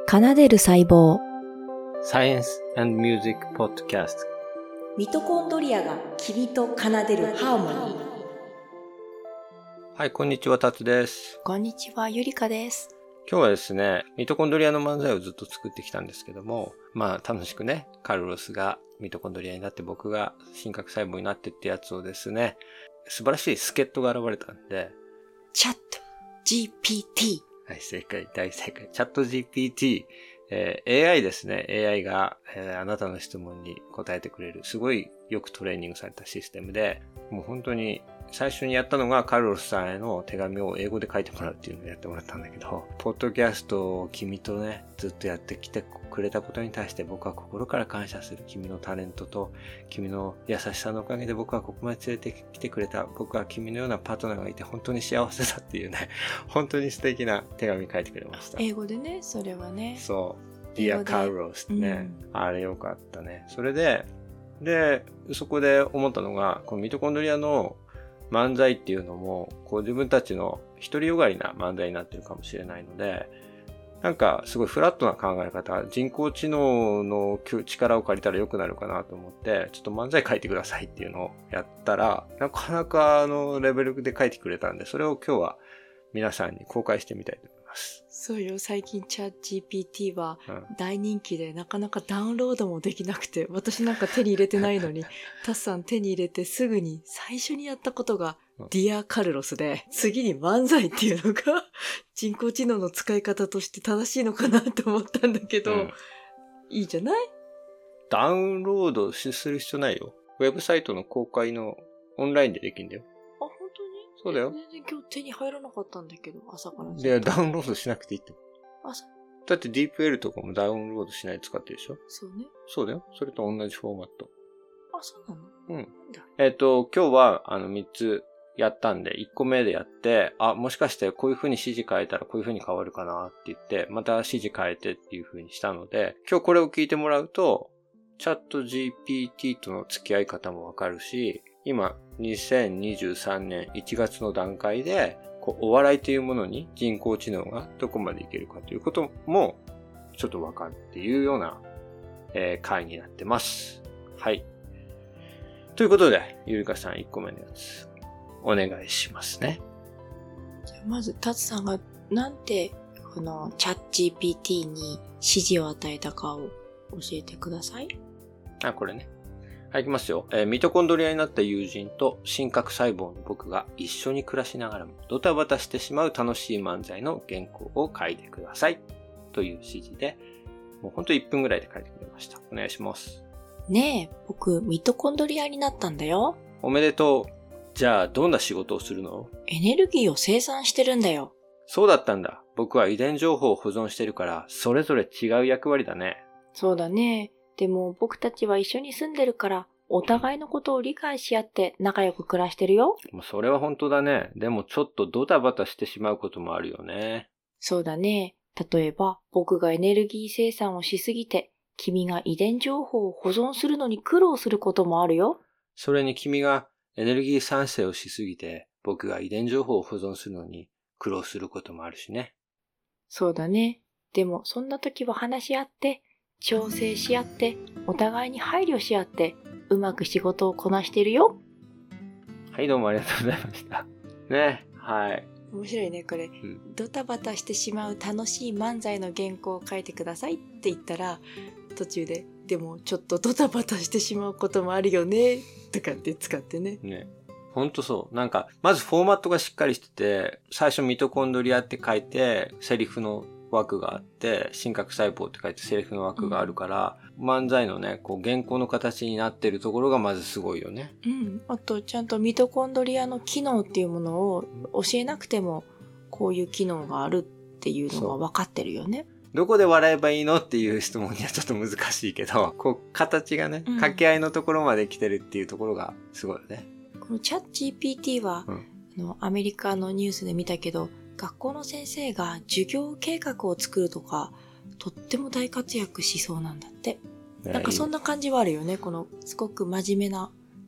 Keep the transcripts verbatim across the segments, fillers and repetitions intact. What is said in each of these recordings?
奏でる細胞 Science and Music Podcast。 ミトコンドリアが君と奏でるハーモニー。 はい、こんにちは、タツです。 こんにちは、ゆりかです。 今日はですね、ミトコンドリアの漫才をずっと作ってきたんですけども、まあ楽しくね、カルロスがミトコンドリアになって僕が真核細胞になってってやつをですね、素晴らしい助っ人が現れたんで、 チャット ジーピーティー。 はい、正解、大正解。チャット ジーピーティー、えー、エーアイ ですね。エーアイ が、えー、あなたの質問に答えてくれる、すごいよくトレーニングされたシステムで、もう本当に最初にやったのがカルロスさんへの手紙を英語で書いてもらうっていうのをやってもらったんだけど、ポッドキャストを君とね、ずっとやってきてくれたことに対して僕は心から感謝する。君のタレントと君の優しさのおかげで僕はここまで連れてきてくれた。僕は君のようなパートナーがいて本当に幸せだっていうね、本当に素敵な手紙書いてくれました。 英語でね、それはね。 そう。Dear Carlos ってね、うん、あれよかったね。それで、で、そこで思ったのが、このミトコンドリアの漫才っていうのも、こう自分たちの独りよがりな漫才になってるかもしれないので、なんかすごいフラットな考え方、人工知能の力を借りたら良くなるかなと思って、ちょっと漫才書いてくださいっていうのをやったら、なかなかあのレベルで書いてくれたんで、それを今日は皆さんに公開してみたいと思います。 そうよ、最近チャット ジーピーティー は大人気で、うん、なかなかダウンロードもできなくて、私なんか手に入れてないのに、タスさん手に入れてすぐに最初にやったことが、うん、ディアカルロスで、次に漫才っていうのが人工知能の使い方として正しいのかなと思ったんだけど、うん、いいじゃない？ ダウンロードする必要ないよ。ウェブサイトの公開のオンラインでできるんだよ。 あ、本当に？ そうだよ。 全然今日手に入らなかったんだけど、朝から。 で、ダウンロードしなくていいって。 あ、そう。 だって ディープエル とかもダウンロードしないで使ってるでしょ？ そうね。 そうだよ。それと同じフォーマット。 あ、そうなの？ うん。えっと、今日はあのみっつやったんで、いっこめでやって、あ、もしかしてこういう風に指示変えたらこういう風に変わるかなって言って、また指示変えてっていう風にしたので、今日これを聞いてもらうと、チャット ジーピーティー との付き合い方もわかるし、今、にせんにじゅうさんねんいちがつの段階で、こうお笑いというものに人工知能がどこまでいけるかということもちょっとわかるっていうような、えー、回になってます。はい。ということで、ゆりかさんいっこめのやつ、お願いしますね。 じゃあまず、タツさんがなんてこのチャット ジーピーティー に指示を与えたかを教えてください。 あ、これね。はい、いきますよ。えー、ミトコンドリアになった友人と真核細胞の僕が一緒に暮らしながらもドタバタしてしまう楽しい漫才の原稿を書いてください。という指示で、もうほんといっぷんぐらいで書いてくれました。お願いします。 ねえ、僕ミトコンドリアになったんだよ。 おめでとう。じゃあどんな仕事をするの？ エネルギーを生産してるんだよ。 そうだったんだ。僕は遺伝情報を保存してるから、それぞれ違う役割だね。 そうだね。でも僕たちは一緒に住んでるから、お互いのことを理解し合って仲良く暮らしてるよ。 それは本当だね。でもちょっとドタバタしてしまうこともあるよね。 そうだね。例えば僕がエネルギー生産をしすぎて、君が遺伝情報を保存するのに苦労することもあるよ。 それに君がエネルギー産生をしすぎて、僕が遺伝情報を保存するのに苦労することもあるしね。 そうだね。でもそんな時は話し合って、調整し合って、お互いに配慮し合って、うまく仕事をこなしてるよ。 はい、どうもありがとうございました。ね、はい。 面白いね、これ、うん。ドタバタしてしまう楽しい漫才の原稿を書いてくださいって言ったら、途中で、でもちょっとドタバタしてしまうこともあるよね、とかって使ってね。 ね。ほんとそう。なんか、まずフォーマットがしっかりしてて、最初ミトコンドリアって書いて、セリフの枠があって、真核細胞って書いてセリフの枠があるから、うん、漫才のね、こう原稿の形になってるところがまずすごいよね。 うん。あと、ちゃんとミトコンドリアの機能っていうものを教えなくても、こういう機能があるっていうのが分かってるよね。 どこで笑えばいいのっていう質問にはちょっと難しいけど、こう、形がね、掛け合いのところまで来てるっていうところがすごいよね。 このチャット ジーピーティー は、うん、あの、アメリカのニュースで見たけど、学校の先生が授業計画を作るとか、とっても大活躍しそうなんだって。ね、なんかそんな感じはあるよね。このすごく真面目な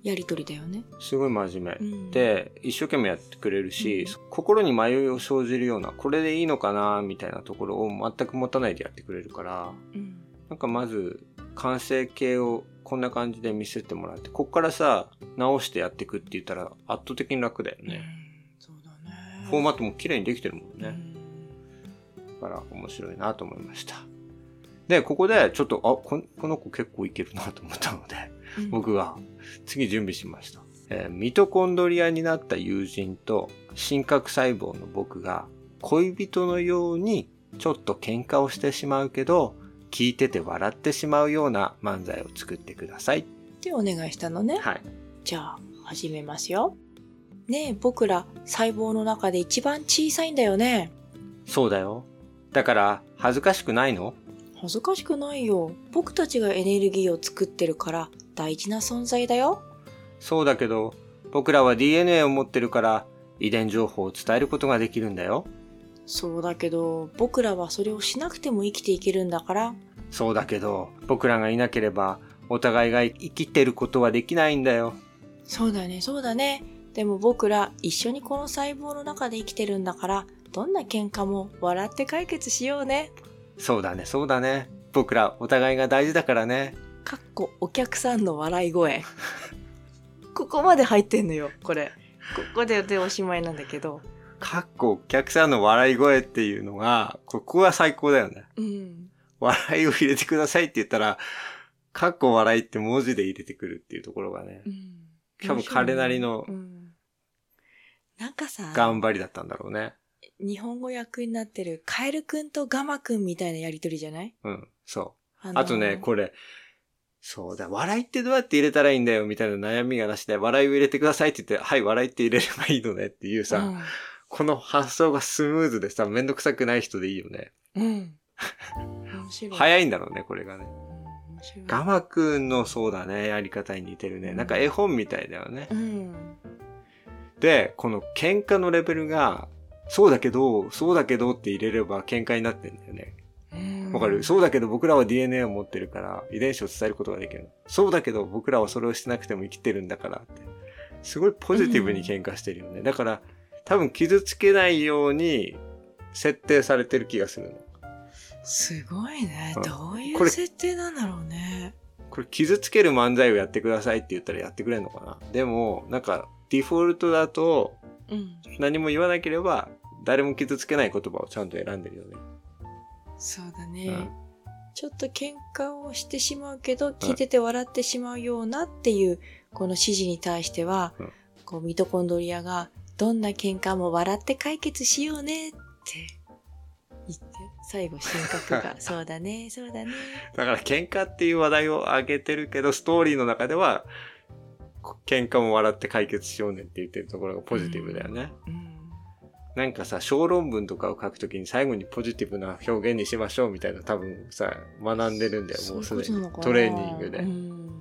やりとりだよね。 すごい真面目、うん、で一生懸命やってくれるし、うん、心に迷いを生じるようなこれでいいのかなみたいなところを全く持たないでやってくれるから、うん、なんかまず完成形をこんな感じで見せてもらって、こっからさ直してやっていくって言ったら圧倒的に楽だよね、 うん、そうだね。 フォーマットも綺麗にできてるもんね、うん、だから面白いなと思いました。でここでちょっとあ こ, この子結構いけるなと思ったので、うん、僕が次準備しました、えー、ミトコンドリアになった友人と真核細胞の僕が恋人のようにちょっと喧嘩をしてしまうけど聞いてて笑ってしまうような漫才を作ってくださいってお願いしたのね。 はい。 じゃあ始めますよ。ねえ、僕ら細胞の中で一番小さいんだよね。 そうだよ。だから恥ずかしくないの？ 恥ずかしくないよ。僕たちがエネルギーを作ってるから大事な存在だよ。 そうだけど僕らは ディーエヌエー を持ってるから遺伝情報を伝えることができるんだよ。 そうだけど僕らはそれをしなくても生きていけるんだから。 そうだけど僕らがいなければお互いが生きてることはできないんだよ。 そうだね、そうだね。でも僕ら一緒にこの細胞の中で生きてるんだからどんな喧嘩も笑って解決しようね。 そうだね、そうだね。僕らお互いが大事だからね。 かっこお客さんの笑い声ここまで入ってんのよこれ。ここででおしまいなんだけど、 かっこお客さんの笑い声っていうのがここは最高だよね、 うん、 笑いを入れてくださいって言ったらかっこ笑いって文字で入れてくるっていうところがね、うん、多分彼なりの、うん、 なんかさ頑張りだったんだろうね。 日本語訳になってるカエルくんとガマくんみたいなやりとりじゃない？ うん、そう。あのー、あとね、これ、そうだ、笑いってどうやって入れたらいいんだよみたいな悩みがなしで、笑いを入れてくださいって言って、はい、笑いって入れればいいのねっていうさ、うん、この発想がスムーズでさ、めんどくさくない人でいいよね。 うん。面白い。 早いんだろうね、これがね。うん、面白い。ガマくんのそうだね、やり方に似てるね。なんか絵本みたいだよね。 うん。 で、この喧嘩のレベルが、そうだけど、そうだけどって入れれば喧嘩になってんだよね。わかる？そうだけど僕らは ディーエヌエー を持ってるから遺伝子を伝えることができる。そうだけど僕らはそれをしてなくても生きてるんだからって。すごいポジティブに喧嘩してるよね。だから多分傷つけないように設定されてる気がするの。 すごいね。どういう設定なんだろうね。 これ傷つける漫才をやってくださいって言ったらやってくれるのかな。でもなんかディフォルトだと何も言わなければ誰も傷つけない言葉をちゃんと選んでるよね。 そうだね、うん、ちょっと喧嘩をしてしまうけど聞いてて笑ってしまうようなっていうこの指示に対しては、うん、こうミトコンドリアがどんな喧嘩も笑って解決しようねって言って最後神格がそうだねそうだね。 だから喧嘩っていう話題を上げてるけどストーリーの中では喧嘩も笑って解決しようねって言ってるところがポジティブだよね、うんうんなんかさ、小論文とかを書くときに最後にポジティブな表現にしましょうみたいな多分さ、学んでるんだよ、もうすでに。トレーニングで。うん、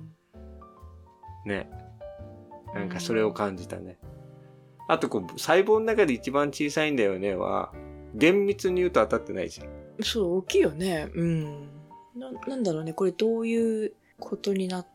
ね。なんかそれを感じたね。あとこう、細胞の中で一番小さいんだよねは、厳密に言うと当たってないじゃん。 そう、大きいよね。うん。な、なんだろうね、これどういうことになって、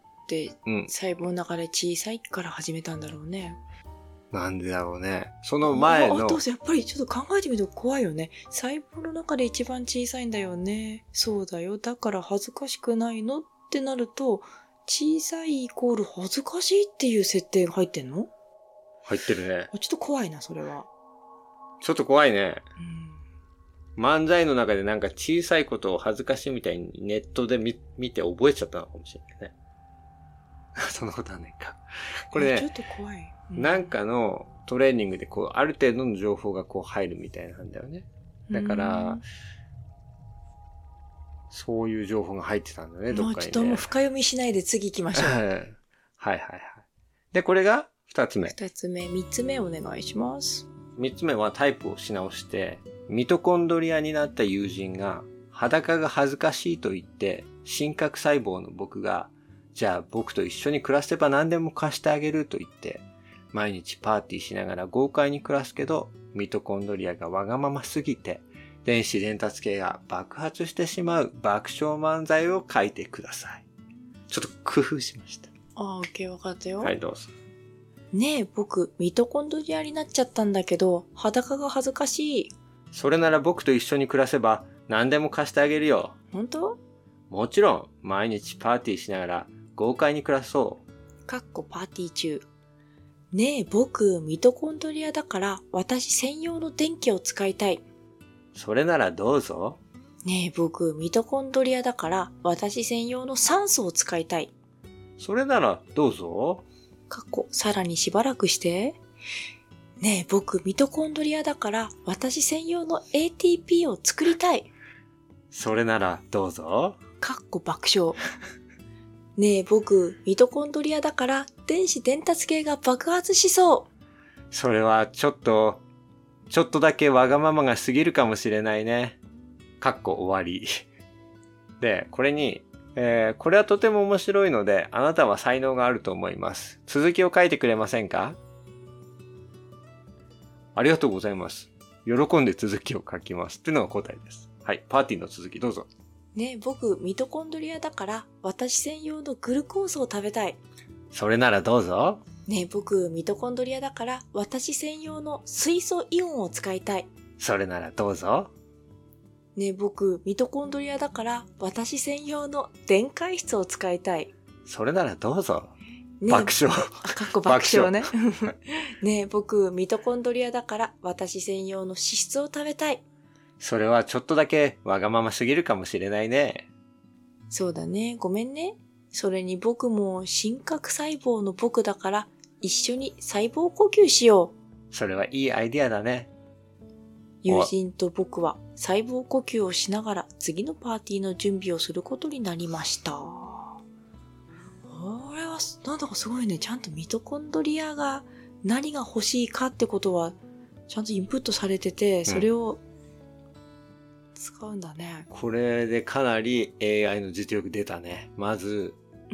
うん、細胞の中で小さいから始めたんだろうね。 なんでだろうね。その前の。 あ、どうせやっぱりちょっと考えてみると怖いよね。細胞の中で一番小さいんだよね。そうだよ。だから恥ずかしくないのってなると、小さいイコール恥ずかしいっていう設定が入ってんの？ 入ってるね。 ちょっと怖いな、それは。 ちょっと怖いね。うん、漫才の中でなんか小さいことを恥ずかしいみたいにネットで 見, 見て覚えちゃったのかもしれないね。そんなことはないか。これね。 ちょっと怖い。 なんかのトレーニングでこうある程度の情報がこう入るみたいなんだよね。だからそういう情報が入ってたんだね、どっかにね。もうちょっともう深読みしないで次行きましょう。はいはいはい。でこれが二つ目。 二つ目、三つ目お願いします。 三つ目はタイプをし直してミトコンドリアになった友人が裸が恥ずかしいと言って真核細胞の僕がじゃあ僕と一緒に暮らせば何でも貸してあげると言って毎日パーティーしながら豪快に暮らすけど、ミトコンドリアがわがまますぎて、電子伝達系が爆発してしまう爆笑漫才を書いてください。ちょっと工夫しました。 あ、オッケー、わかったよ。 はい、どうぞ。 ねえ、僕、ミトコンドリアになっちゃったんだけど、裸が恥ずかしい。 それなら僕と一緒に暮らせば何でも貸してあげるよ。 本当？ もちろん、毎日パーティーしながら豪快に暮らそう。 かっこパーティー中。ねえ、僕、ミトコンドリアだから私専用の電気を使いたい。 それならどうぞ。 ねえ、僕、ミトコンドリアだから私専用の酸素を使いたい。 それならどうぞ。 かっこさらにしばらくして。ねえ、僕、ミトコンドリアだから私専用の エーティーピー を作りたい。 それならどうぞ。 かっこ爆笑。ねえ、僕、ミトコンドリアだから電子伝達系が爆発しそう。 それはちょっと、ちょっとだけわがままが過ぎるかもしれないね。かっこ終わり。で、これに、えー、これはとても面白いので、あなたは才能があると思います。続きを書いてくれませんか？ありがとうございます。喜んで続きを書きます。っていうのが答えです。はい、パーティーの続きどうぞ。 ねえ、僕、ミトコンドリアだから私専用のグルコースを食べたい。 それならどうぞ。 ねえ、僕、ミトコンドリアだから私専用の水素イオンを使いたい。 それならどうぞ。 ねえ、僕、ミトコンドリアだから私専用の電解質を使いたい。 それならどうぞ。 ねえ、 爆笑。 かっこ爆笑ね。ねえ、僕、ミトコンドリアだから私専用の脂質を食べたい。 それはちょっとだけわがまますぎるかもしれないね。 そうだね。ごめんね。それに僕も真核細胞の僕だから一緒に細胞呼吸しよう。それはいいアイディアだね。 友人と僕は細胞呼吸をしながら次のパーティーの準備をすることになりました。これはなんだかすごいね。ちゃんとミトコンドリアが何が欲しいかってことはちゃんとインプットされてて、それを使うんだね。 うん、これでかなり エーアイ の実力出たね。まず、 うん、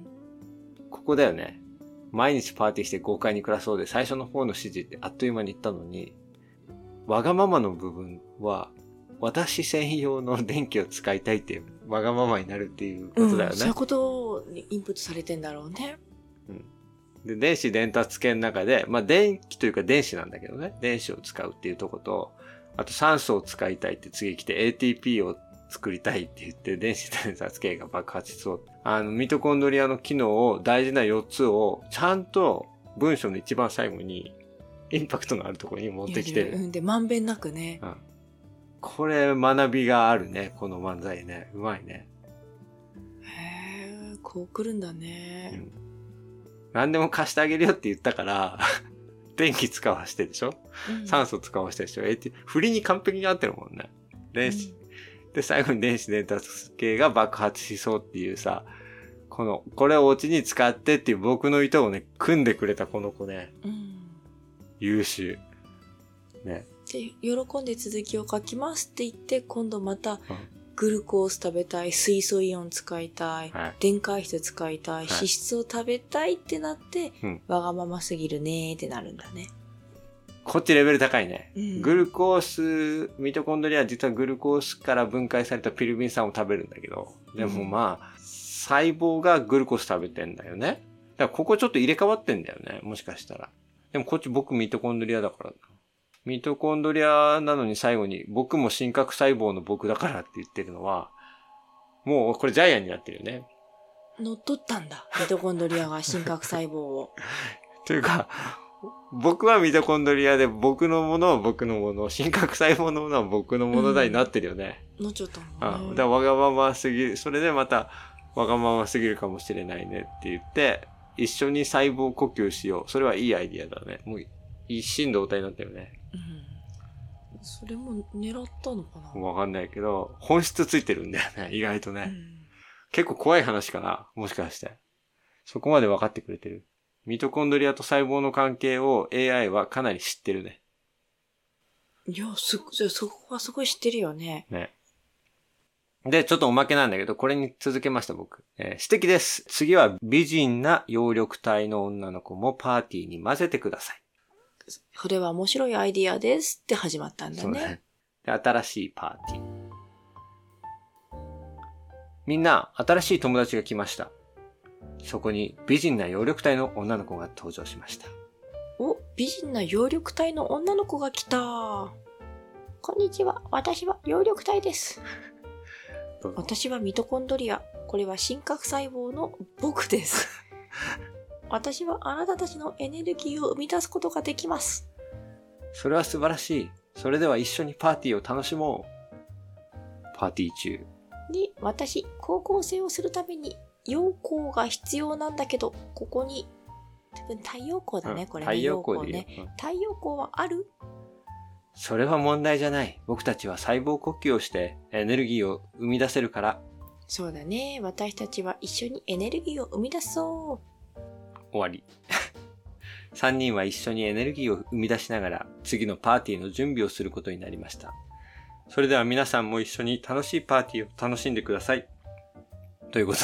ここだよね。毎日パーティーして豪快に暮らそうで最初の方の指示ってあっという間に言ったのに、わがままの部分は私専用の電気を使いたいっていうわがままになるっていうことだよね。うん、 そういうことにインプットされてんだろうね。 うん。で、電子伝達系の中で、まあ電気というか電子なんだけどね。電子を使うっていうとこと、あと酸素を使いたいって次来て エーティーピー を作りたいって言って電子伝達系が爆発しそう。あの、ミトコンドリアの機能を大事なよっつをちゃんと文章の一番最後にインパクトのあるところに持ってきてる。 うん、で、まんべんなくね。 うん。これ学びがあるね。この漫才ね。うまいね。 へえ、こう来るんだね。うん。 何でも貸してあげるよって言ったから、電気使わしてでしょ、うん、酸素使わしてでしょ、えー、振りに完璧に合ってるもんね。電子、うん、で、最後に電子伝達系が爆発しそうっていうさ、この、これをオチに使ってっていう僕の意図をね、組んでくれたこの子ね。うん、優秀。ね。 で、喜んで続きを書きますって言って、今度また、うん、グルコース食べたい、水素イオン使いたい、はい、電解質使いたい、はい、脂質を食べたいってなって、うん、わがまますぎるねーってなるんだね。 こっちレベル高いね。うん、グルコース、ミトコンドリアは実はグルコースから分解されたピルビン酸を食べるんだけど、でもまあ、うん、細胞がグルコース食べてんだよね。だからここちょっと入れ替わってんだよね。もしかしたら。でもこっち僕ミトコンドリアだから。ミトコンドリアなのに最後に僕も真核細胞の僕だからって言ってるのは、もうこれジャイアンになってるよね。 乗っ取ったんだ。ミトコンドリアが真核細胞を。 というか、僕はミトコンドリアで僕のものは僕のもの、真核細胞のものは僕のものだになってるよね。 うん、なっちゃったのね。 うん。だからわがまますぎる。それでまたわがまますぎるかもしれないねって言って、一緒に細胞呼吸しよう。それはいいアイディアだね。もう一心同体になったよね。 うん、それも狙ったのかな？ わかんないけど、本質ついてるんだよね、意外とね。うん、結構怖い話かな、もしかして。そこまで分かってくれてる。ミトコンドリアと細胞の関係を エーアイ はかなり知ってるね。 いや、すごい、そこはすごい知ってるよね。 ね。で、ちょっとおまけなんだけど、これに続けました僕。えー、指摘です。次は美人な葉緑体の女の子もパーティーに混ぜてください。 それは面白いアイディアですって始まったんだね。そうね。 で、新しいパーティー。みんな、新しい友達が来ました。 そこに美人な葉緑体の女の子が登場しました。 お、美人な葉緑体の女の子が来た。こんにちは。私は葉緑体です。私はミトコンドリア。これは真核細胞の僕です。私はあなたたちのエネルギーを生み出すことができます。 それは素晴らしい。それでは一緒にパーティーを楽しもう。パーティー中に、私、光合成をするために陽光が必要なんだけど、ここに、多分太陽光だね、うん、これね。 太陽光ね、 うん。太陽光はある？ それは問題じゃない。僕たちは細胞呼吸をしてエネルギーを生み出せるから。 そうだね。私たちは一緒にエネルギーを生み出そう。 終わり。さんにんは一緒にエネルギーを生み出しながら次のパーティーの準備をすることになりました。それでは皆さんも一緒に楽しいパーティーを楽しんでください。ということです。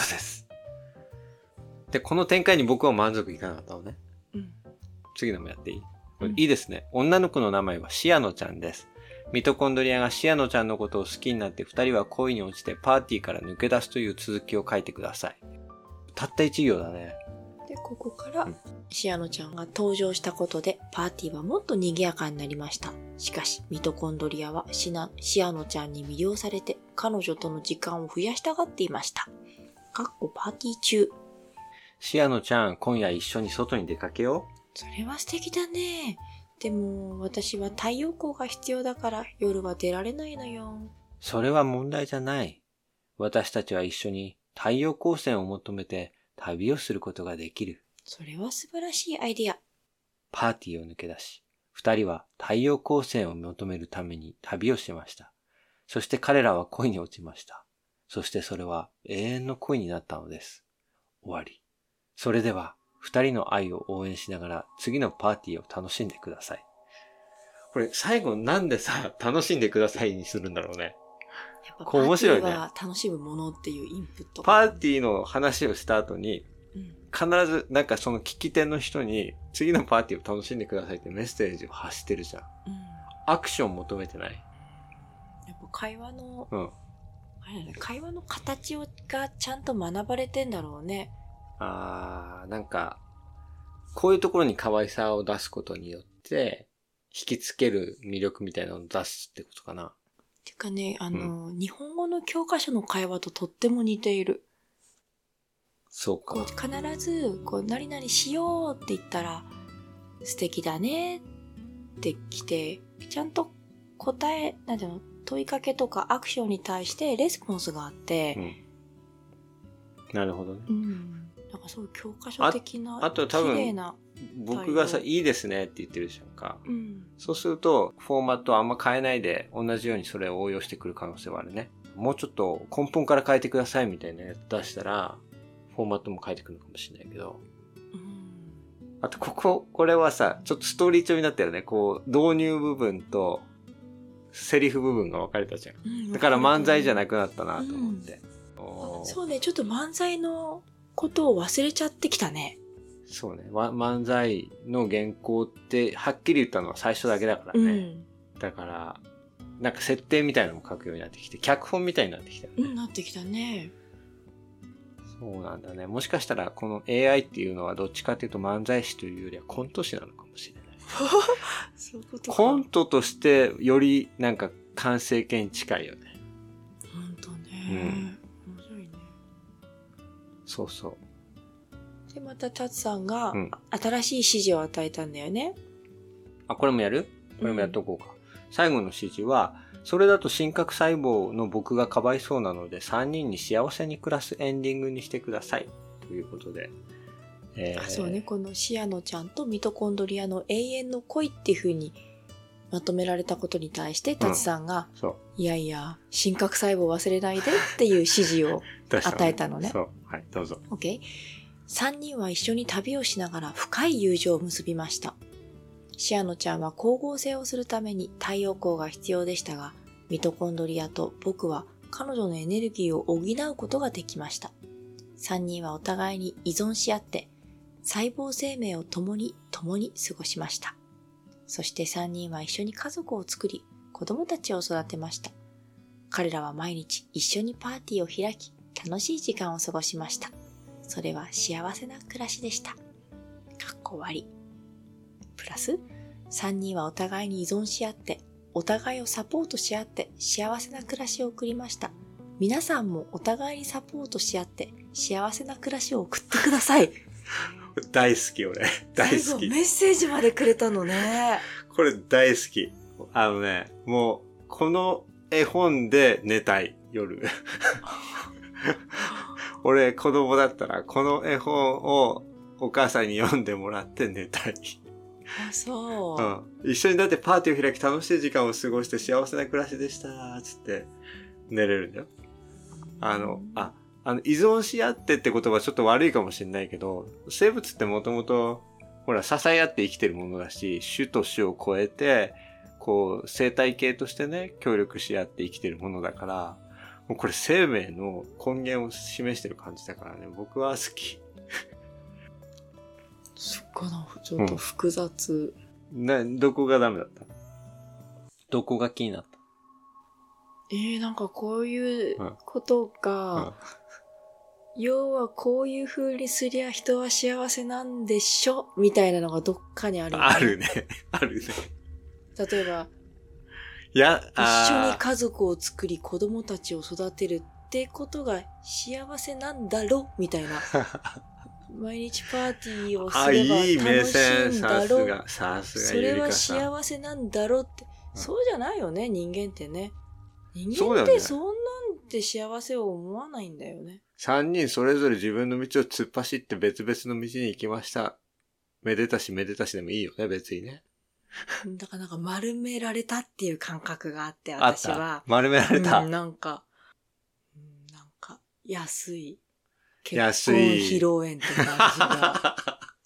で、この展開に僕は満足いかなかったのね。うん。次のもやっていい？これいいですね。女の子の名前はシアノちゃんです。ミトコンドリアがシアノちゃんのことを好きになって二人は恋に落ちてパーティーから抜け出すという続きを書いてください。たった一行だね。 で、ここから、うん、シアノちゃんが登場したことでパーティーはもっと賑やかになりました。しかし、ミトコンドリアはシナシアノちゃんに魅了されて彼女との時間を増やしたがっていました。かっこパーティー中。 シアノちゃん、今夜一緒に外に出かけよう。 それは素敵だね。でも、私は太陽光が必要だから夜は出られないのよ。 それは問題じゃない。私たちは一緒に太陽光線を求めて旅をすることができる。 それは素晴らしいアイディア。 パーティーを抜け出し、二人は太陽光線を求めるために旅をしました。そして彼らは恋に落ちました。そしてそれは永遠の恋になったのです。終わり。それでは、二人の愛を応援しながら次のパーティーを楽しんでください。これ最後なんでさ、楽しんでくださいにするんだろうね。 やっぱパーティーは楽しむものっていうインプット。 パーティーの話をした後に、うん、必ずなんかその聞き手の人に次のパーティーを楽しんでくださいってメッセージを発してるじゃん。うん、アクション求めてない？ やっぱ会話の、うん、あれだね、会話の形をがちゃんと学ばれてんだろうね。 あー、なんか、こういうところに可愛さを出すことによって、引きつける魅力みたいなのを出すってことかな。 てかね、あの、うん、日本語の教科書の会話ととっても似ている。 そうか。 こう必ず、こう、何々しようって言ったら、素敵だねって来て、ちゃんと答え、なんていうの、問いかけとかアクションに対してレスポンスがあって、うん、 なるほどね。 うん。なんかそういう教科書的な、 あ, あと多分僕がさ、いいですねって言ってるじゃんか。うん、そうすると、フォーマットをあんま変えないで、同じようにそれを応用してくる可能性はあるね。もうちょっと根本から変えてくださいみたいなやつ出したら、フォーマットも変えてくるかもしれないけど。うん、あと、ここ、これはさ、ちょっとストーリー調になったよね。こう、導入部分と、セリフ部分が分かれたじゃん。うん、だから漫才じゃなくなったなと思って。 うん、そうね、ちょっと漫才のことを忘れちゃってきたね。 そうね。漫才の原稿ってはっきり言ったのは最初だけだからね。うん、だから、なんか設定みたいなのも書くようになってきて、脚本みたいになってきたよね。 うん、なってきたね。 そうなんだね。もしかしたらこの エーアイ っていうのはどっちかというと漫才師というよりはコント師なのかもしれない。 そういうことか。 コントとしてよりなんか完成形に近いよね。 ほんとね。うん。面白いね。 そうそう。 で、またタツさんが新しい指示を与えたんだよね。 うん、あ、これもやる？これもやっとこうか。うん、最後の指示は、それだと真核細胞の僕がかわいそうなのでさんにんに幸せに暮らすエンディングにしてください。ということで。 えー、あ、そうね。このシアノちゃんとミトコンドリアの永遠の恋っていう風にまとめられたことに対してタツさんが、うん、いやいや、真核細胞忘れないでっていう指示を与えたのね。 そう。はい、どうぞ。 OK。さんにんは一緒に旅をしながら深い友情を結びました。シアノちゃんは光合成をするために太陽光が必要でしたが、ミトコンドリアと僕は彼女のエネルギーを補うことができました。さんにんはお互いに依存し合って、細胞生命を共に共に過ごしました。そしてさんにんは一緒に家族を作り、子供たちを育てました。彼らは毎日一緒にパーティーを開き、楽しい時間を過ごしました。 それは幸せな暮らしでした。かっこ終わり。プラス、さんにんはお互いに依存し合って、お互いをサポートし合って幸せな暮らしを送りました。皆さんもお互いにサポートし合って幸せな暮らしを送ってください。 大好き、俺。大好き。 最後メッセージまでくれたのね。 これ大好き。あのね、もう、この絵本で寝たい、夜。俺、子供だったら、この絵本をお母さんに読んでもらって寝たい。 あ、そう。 うん。一緒にだってパーティーを開き楽しい時間を過ごして幸せな暮らしでした、つって寝れるんだよ。あの、あ、あの、依存し合ってって言葉はちょっと悪いかもしれないけど、生物ってもともと、ほら、支え合って生きてるものだし、種と種を超えて、こう、生態系としてね、協力し合って生きてるものだから、もうこれ生命の根源を示してる感じだからね、僕は好き。 そっかな、ちょっと複雑。 うん、な、どこがダメだった？どこが気になった？ えー、なんかこういうことが、うんうん、要はこういう風にすりゃ人は幸せなんでしょみたいなのがどっかにあるよね。 あるね。あるね。 例えば、 いや、 一緒に家族を作り子供たちを育てるってことが幸せなんだろみたいな。毎日パーティーをすれば楽しいんだろ。 さすが、さすが。 それは幸せなんだろって、うん。そうじゃないよね、人間ってね。人間ってそんなんで幸せを思わないんだよね。 三人それぞれ自分の道を突っ走って別々の道に行きました。めでたしめでたしでもいいよね、別にね。 だからなんか丸められたっていう感覚があって、私は。 丸められた。 うん、なんか、うん、なんか、安い。 安い。 結婚披露宴って感じが。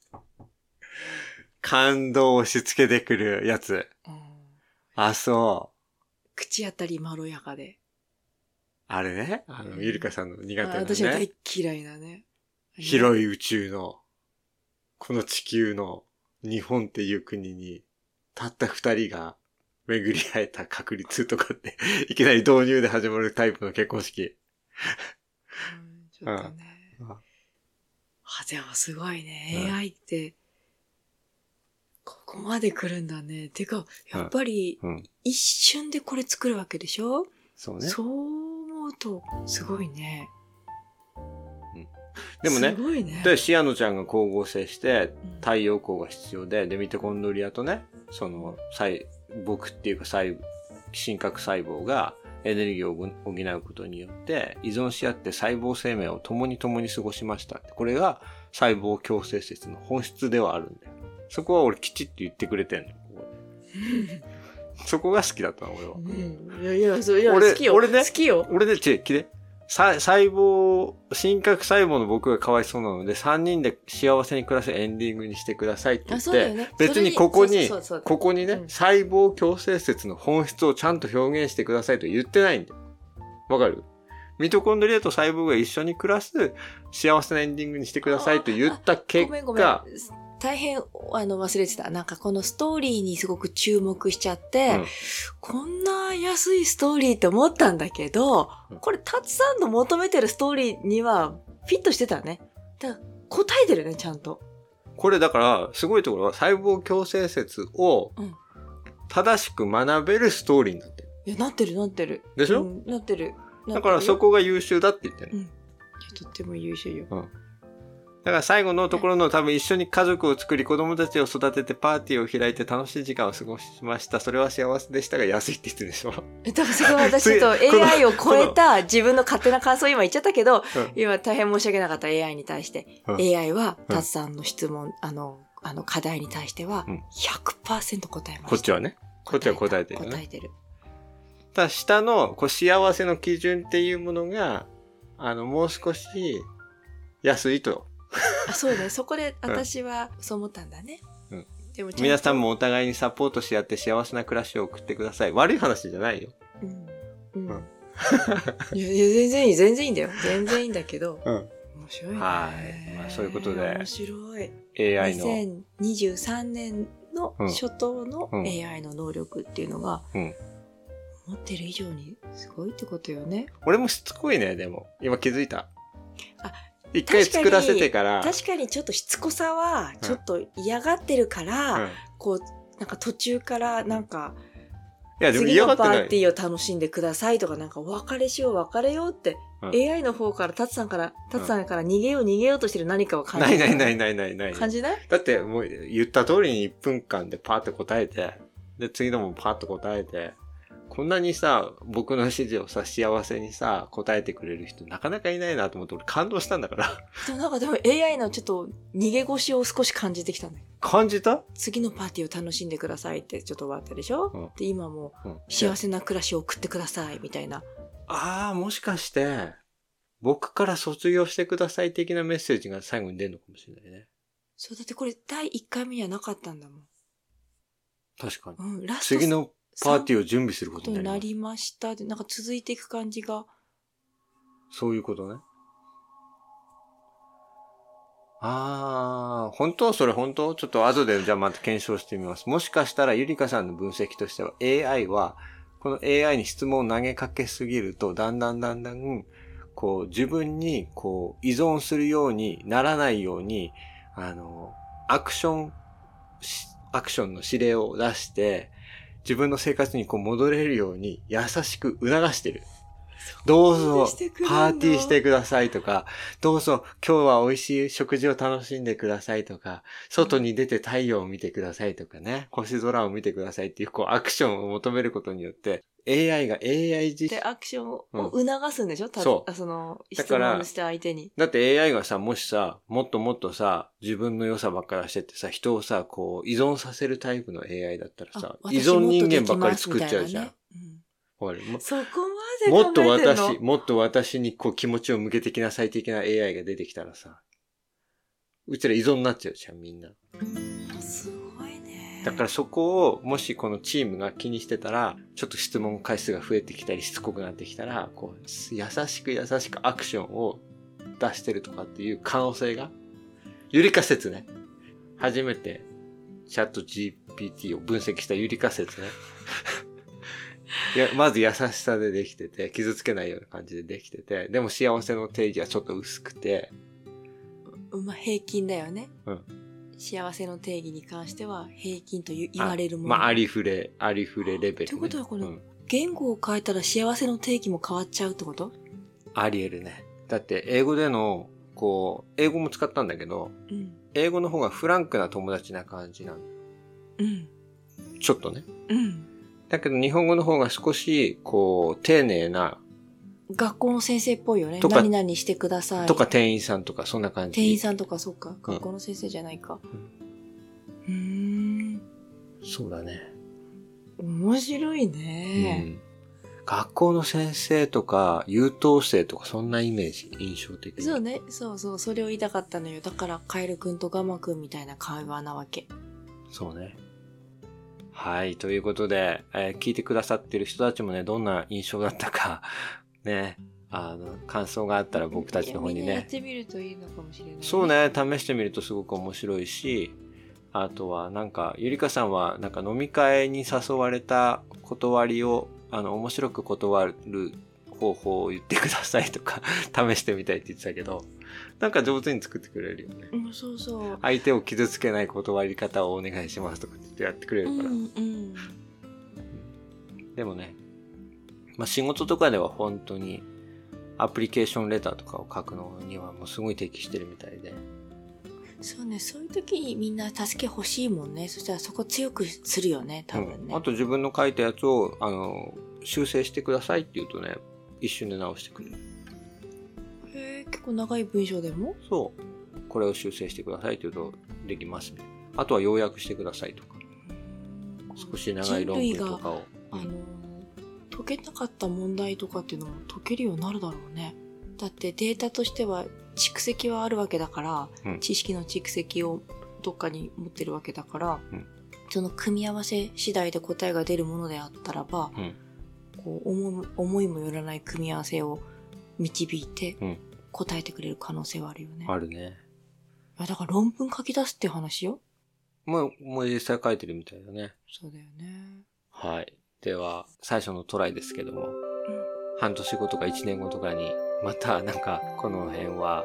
感動を押し付けてくるやつ。うん、あ、そう。 口当たりまろやかで。 あれね。あの、ゆりかさんの苦手なね。 私は大嫌いなね。 広い宇宙の、この地球の日本っていう国に、たった二人が巡り会えた確率とかって、いきなり導入で始まるタイプの結婚式。 うん、ちょっとね。うん、あ、でもすごいね。うん、エーアイって、ここまで来るんだね。てか、やっぱり、一瞬でこれ作るわけでしょ？ そうね。 そう思うと、すごいね。 うん、でもね、すごいね。で、シアノちゃんが光合成して、太陽光が必要で、で、ミトコンドリアとね、その、細、僕っていうか細、真核細胞がエネルギーを補うことによって、依存し合って細胞生命を共に共に過ごしました。これが細胞共生説の本質ではあるんだよ。そこは俺きちっと言ってくれてんの。そこが好きだったの、俺は。うん、 いやいや、そういや、好きよ。 俺ね、 好きよ。 俺ね、ち、きれ。細胞、真核細胞の僕がかわいそうなので、さんにんで幸せに暮らすエンディングにしてくださいって言って、ね、別にここに、そうそうそうここにね、うん、細胞共生説の本質をちゃんと表現してくださいと言ってないんだよ。わかる？ミトコンドリアと細胞が一緒に暮らす幸せなエンディングにしてくださいと言った結果、ごめんごめん大変、あの、忘れてた。なんかこのストーリーにすごく注目しちゃって、うん、こんな安いストーリーって思ったんだけど、うん、これ、タツさんの求めてるストーリーにはフィットしてたね。だから答えてるね、ちゃんと。 これだから、すごいところは細胞共生説を正しく学べるストーリーになってる。 いや、なってる、なってる。 でしょ？ うん、なってる。 だからそこが優秀だって言ってる。 うん。いや、とっても優秀よ。うん。 だから最後のところの多分一緒に家族を作り子供たちを育ててパーティーを開いて楽しい時間を過ごしました。それは幸せでしたが安いって言ってるでしょ。 え、だからそれは私と エーアイ を超えた自分の勝手な感想を今言っちゃったけど、うん、今大変申し訳なかった エーアイ に対して。うん、エーアイ はタツさんの質問、あの、あの課題に対しては ひゃくパーセント 答えました。 こっちはね。こっちは答えてるよね。 答えてる。 ただ下のこう幸せの基準っていうものが、あの、もう少し安いと。 あ、そうね。そこで私はそう思ったんだね。 うん。でも皆さんもお互いにサポートし合って幸せな暮らしを送ってください。悪い話じゃないよ。うん。 うん。うん、いやいや、全然いい、全然いいんだよ。全然いいんだけど。うん。面白いね。はい。まあそういうことで。面白い。エーアイ の。にせんにじゅうさんねんの初頭の エーアイ の能力っていうのが、うん。思ってる以上にすごいってことよね。 俺もしつこいね、でも。今気づいた。 あ、 一回作らせてから。 確かにちょっとしつこさは、ちょっと嫌がってるから、うん、こう、なんか途中からなんか、いやでも次のパーティーを楽しんでくださいとか、なんかお別れしよう別れようって、うん、エーアイ の方から、タツさんから、タツさんから逃げよう逃げようとしてる何かを感じない。 ないないないないないない。 感じない？ だってもう言った通りにいっぷんかんでパーって答えて、で次のもパーって答えて、こんなにさ、僕の指示をさ、幸せにさ、答えてくれる人なかなかいないなと思って俺感動したんだから。 でもなんかでも エーアイ のちょっと逃げ腰を少し感じてきたね。 感じた？ 次のパーティーを楽しんでくださいってちょっと終わったでしょ、うん、で、今もう幸せな暮らしを送ってくださいみたいな。うん、 ああ、もしかして、僕から卒業してください的なメッセージが最後に出るのかもしれないね。 そう、だってこれだいいっかいめにはなかったんだもん。 確かに。 うん、ラスト次のパーティーを準備することになります。 なりましたで、なんか続いていく感じが。 そういうことね。ああ、本当それ本当ちょっと後でじゃあまた検証してみます。もしかしたらゆりかさんの分析としては エーアイ は、この エーアイ に質問を投げかけすぎると、だんだんだんだん、こう自分にこう依存するようにならないように、あの、アクション、アクションの指令を出して、自分の生活にこう戻れるように優しく促してる。どうぞパーティーしてくださいとか、どうぞ今日は美味しい食事を楽しんでくださいとか、外に出て太陽を見てくださいとかね、星空を見てくださいっていうこうアクションを求めることによって、エーアイ が エーアイ 自身でアクションを促すんでしょ、うん、 そう。 その質問した相手に。 だって エーアイ がさ、もしさ、もっともっとさ、自分の良さばっかりしてってさ、人をさ、こう依存させるタイプの エーアイ だったらさ、依存人間ばっかり作っちゃうじゃん。ね、うん、 そこまで考えてんの？ もっと私、もっと私にこう気持ちを向けてきなさい的な エーアイ が出てきたらさ、うちら依存になっちゃうじゃん、みんな。 すごいね。 だからそこを、もしこのチームが気にしてたら、ちょっと質問回数が増えてきたり、しつこくなってきたら、こう、優しく優しくアクションを出してるとかっていう可能性が、ゆりか説ね。初めて、チャット ジーピーティー を分析したゆりか説ね。いや、まず優しさでできてて、傷つけないような感じでできてて、でも幸せの定義はちょっと薄くて。 まあ、平均だよね。 うん。 幸せの定義に関しては平均と言われるもの。 まあ、ありふれ、ありふれレベル、ね。 ということはこの、うん、言語を変えたら幸せの定義も変わっちゃうってこと？ あり得るね。だって英語での、こう、英語も使ったんだけど、うん、英語の方がフランクな友達な感じなの。 うん。 ちょっとね。 うん。 だけど日本語の方が少し、こう、丁寧な。 学校の先生っぽいよね。何々してください。 とか店員さんとか、そんな感じ。 店員さんとか、そうか。学校の先生じゃないか。うん。うーん。 そうだね。 面白いね。 うん。学校の先生とか、優等生とか、そんなイメージ、印象的に。 そうね。そうそう。それを言いたかったのよ。だから、カエルくんとガマくんみたいな会話なわけ。 そうね。はい。ということで、えー、聞いてくださってる人たちもね、どんな印象だったか、ね、あの、感想があったら僕たちの方にね。 やってみるといいのかもしれない、ね。 そうね、試してみるとすごく面白いし、あとはなんか、ゆりかさんはなんか飲み会に誘われた断りを、あの、面白く断る方法を言ってくださいとか、試してみたいって言ってたけど、なんか上手に作ってくれるよね。 うん、そうそう。 相手を傷つけない断り方をお願いしますとかってやってくれるから。 うんうん、 でもね、まあ、仕事とかでは本当にアプリケーションレターとかを書くのにはもうすごい適してるみたいで。 そうね、そういう時にみんな助け欲しいもんね。そしたらそこ強くするよね、多分ね。 うん、あと自分の書いたやつをあの修正してくださいって言うとね、一瞬で直してくれる。 へえ、結構長い文章でも？ そう。これを修正してくださいって言うとできますね。あとは要約してくださいとか。少し長い論文とかを。 あの解けなかった問題とかっていうのも解けるようになるだろうね。だってデータとしては蓄積はあるわけだから、うん、知識の蓄積をどっかに持ってるわけだから、うん、その組み合わせ次第で答えが出るものであったらば、うん、こう 思, 思いもよらない組み合わせを導いて答えてくれる可能性はあるよね。 あるね。 いやだから論文書き出すって話よ。 もう、もう実際書いてるみたいだね。 そうだよね。 はい。では、最初のトライですけども、うん、半年後とかいちねんごとかに、またなんか、この辺は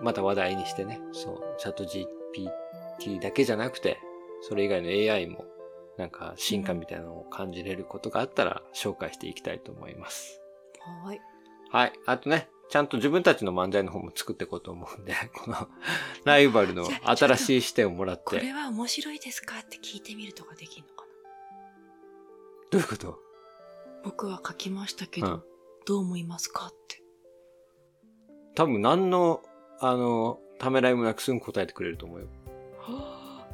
また話題にしてね、そう、チャット ジーピーティー だけじゃなくて、それ以外の エーアイ も、なんか進化みたいなのを感じれることがあったら紹介していきたいと思います。 はい。 はい。あとね、ちゃんと自分たちの漫才の方も作っていこうと思うんで、このライバルの新しい視点をもらって。 これは面白いですかって聞いてみるとかできるのかな。 どういうこと？ 僕は書きましたけど、うん、どう思いますかって。 多分何の、あの、ためらいもなくすぐ答えてくれると思うよ。 は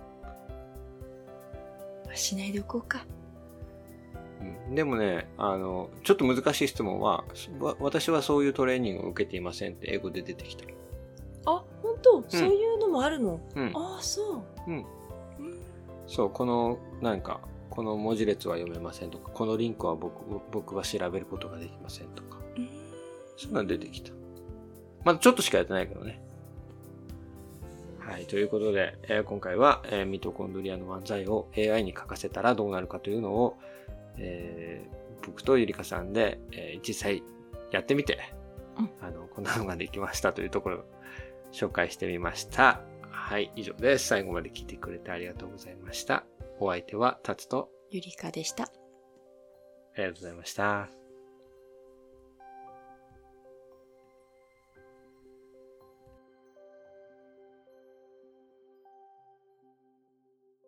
ぁ。しないでおこうか。 うん、でもね、あの、ちょっと難しい質問は、私はそういうトレーニングを受けていませんって英語で出てきた。 あ、本当、うん、そういうのもあるの、 うん、 ああ、そう。 うん。そう、この、なんか、この文字列は読めませんとか、このリンクは僕、僕は調べることができませんとか。そんなの出てきた。まだちょっとしかやってないけどね。はい、ということで、えー、今回は、えー、ミトコンドリアの漫才を エーアイ に書かせたらどうなるかというのを、えー、僕とゆりかさんで、えー、実際やってみて、うん、あの、こんなのができましたというところを紹介してみました。はい、以上です。最後まで聞いてくれてありがとうございました。お相手はタツとゆりかでした。ありがとうございました。